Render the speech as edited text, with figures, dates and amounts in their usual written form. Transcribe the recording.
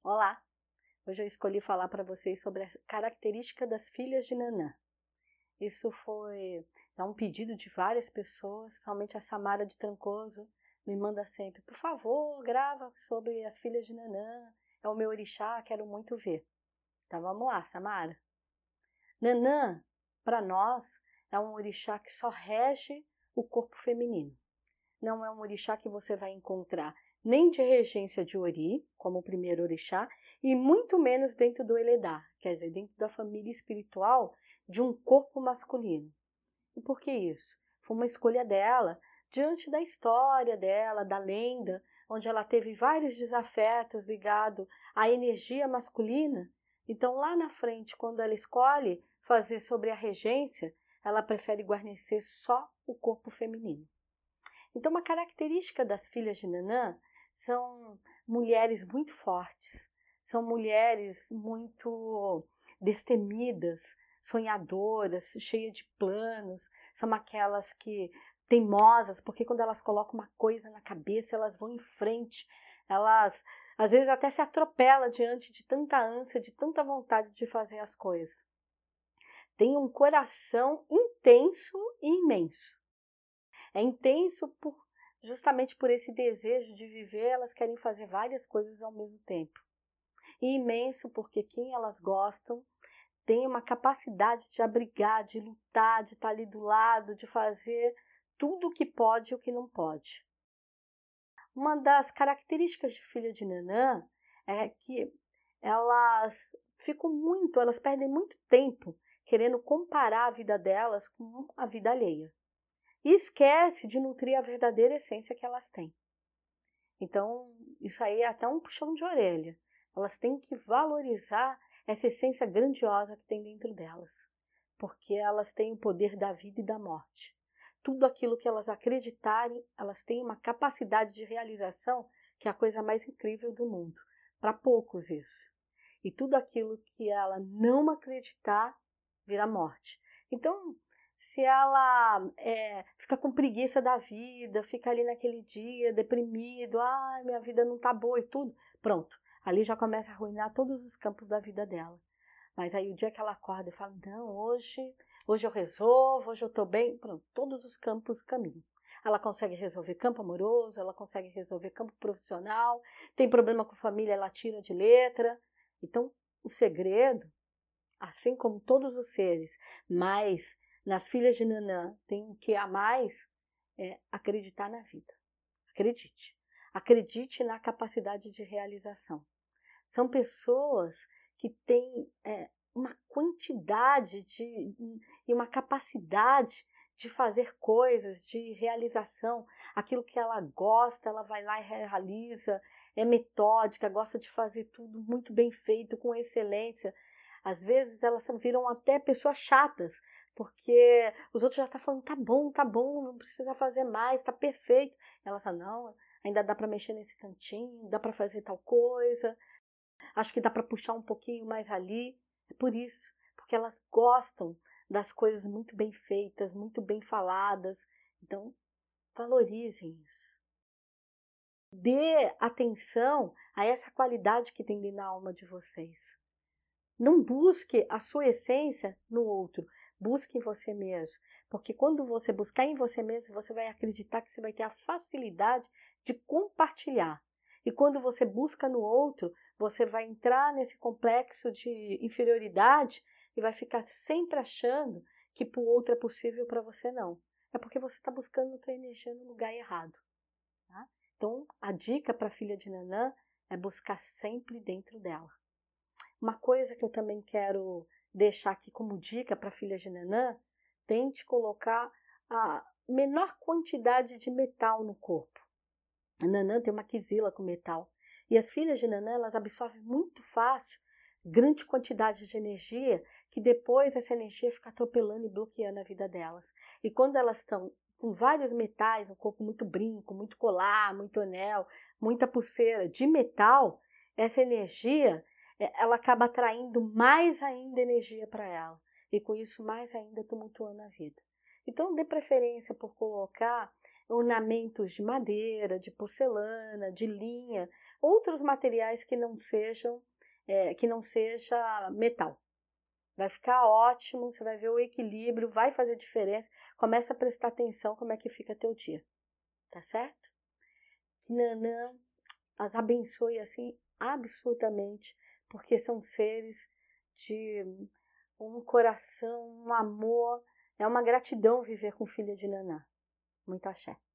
Olá! Hoje eu escolhi falar para vocês sobre a característica das filhas de Nanã. Isso foi um pedido de várias pessoas, principalmente a Samara de Trancoso me manda sempre, por favor, grava sobre as filhas de Nanã, é o meu orixá, quero muito ver. Então vamos lá, Samara. Nanã, para nós, é um orixá que só rege o corpo feminino. Não é um orixá que você vai encontrar nem de regência de Ori, como o primeiro orixá, e muito menos dentro do Eledá, quer dizer, dentro da família espiritual de um corpo masculino. E por que isso? Foi uma escolha dela, diante da história dela, da lenda, onde ela teve vários desafetos ligados à energia masculina. Então, lá na frente, quando ela escolhe fazer sobre a regência, ela prefere guarnecer só o corpo feminino. Então, uma característica das filhas de Nanã são mulheres muito fortes, são mulheres muito destemidas, sonhadoras, cheias de planos, são aquelas que teimosas, porque quando elas colocam uma coisa na cabeça, elas vão em frente, elas às vezes até se atropelam diante de tanta ânsia, de tanta vontade de fazer as coisas. Tem um coração intenso e imenso. É intenso justamente por esse desejo de viver, elas querem fazer várias coisas ao mesmo tempo. E imenso porque quem elas gostam tem uma capacidade de abrigar, de lutar, de estar ali do lado, de fazer tudo o que pode e o que não pode. Uma das características de filha de Nanã é que elas perdem muito tempo querendo comparar a vida delas com a vida alheia. E esquece de nutrir a verdadeira essência que elas têm. Então, isso aí é até um puxão de orelha. Elas têm que valorizar essa essência grandiosa que tem dentro delas, porque elas têm o poder da vida e da morte. Tudo aquilo que elas acreditarem, elas têm uma capacidade de realização que é a coisa mais incrível do mundo. Para poucos isso. E tudo aquilo que ela não acreditar, vira morte. Então, se ela fica com preguiça da vida, fica ali naquele dia deprimido, minha vida não tá boa e tudo, pronto, ali já começa a arruinar todos os campos da vida dela. Mas aí o dia que ela acorda e fala, não, hoje eu resolvo, hoje eu tô bem, pronto, todos os campos caminham. Ela consegue resolver campo amoroso, ela consegue resolver campo profissional, tem problema com família, ela tira de letra. Então, o segredo, assim como todos os seres, mas nas filhas de Nanã tem que a mais acreditar na vida. Acredite. Acredite na capacidade de realização. São pessoas que têm uma quantidade e uma capacidade de fazer coisas, de realização. Aquilo que ela gosta, ela vai lá e realiza, é metódica, gosta de fazer tudo muito bem feito, com excelência. Às vezes elas viram até pessoas chatas, porque os outros já estão falando, tá bom, não precisa fazer mais, tá perfeito. Elas falam, não, ainda dá para mexer nesse cantinho, dá para fazer tal coisa, acho que dá para puxar um pouquinho mais ali. É por isso, porque elas gostam das coisas muito bem feitas, muito bem faladas. Então, valorizem isso. Dê atenção a essa qualidade que tem na alma de vocês. Não busque a sua essência no outro, busque em você mesmo. Porque quando você buscar em você mesmo, você vai acreditar que você vai ter a facilidade de compartilhar. E quando você busca no outro, você vai entrar nesse complexo de inferioridade e vai ficar sempre achando que para o outro é possível e para você não. É porque você está buscando a tua energia no lugar errado. Tá? Então, a dica para a filha de Nanã é buscar sempre dentro dela. Uma coisa que eu também quero deixar aqui como dica para a filha de Nanã, tente colocar a menor quantidade de metal no corpo. A Nanã tem uma quizila com metal. E as filhas de Nanã, elas absorvem muito fácil grande quantidade de energia, que depois essa energia fica atropelando e bloqueando a vida delas. E quando elas estão com vários metais no corpo, muito brinco, muito colar, muito anel, muita pulseira de metal, essa energia ela acaba atraindo mais ainda energia para ela. E com isso mais ainda tumultuando a vida. Então dê preferência por colocar ornamentos de madeira, de porcelana, de linha, outros materiais que não seja metal. Vai ficar ótimo, você vai ver o equilíbrio, vai fazer diferença. Começa a prestar atenção como é que fica teu dia, tá certo? Que Nanã as abençoe assim absurdamente, porque são seres de um coração, um amor, é uma gratidão viver com filha de Nanã. Muito axé.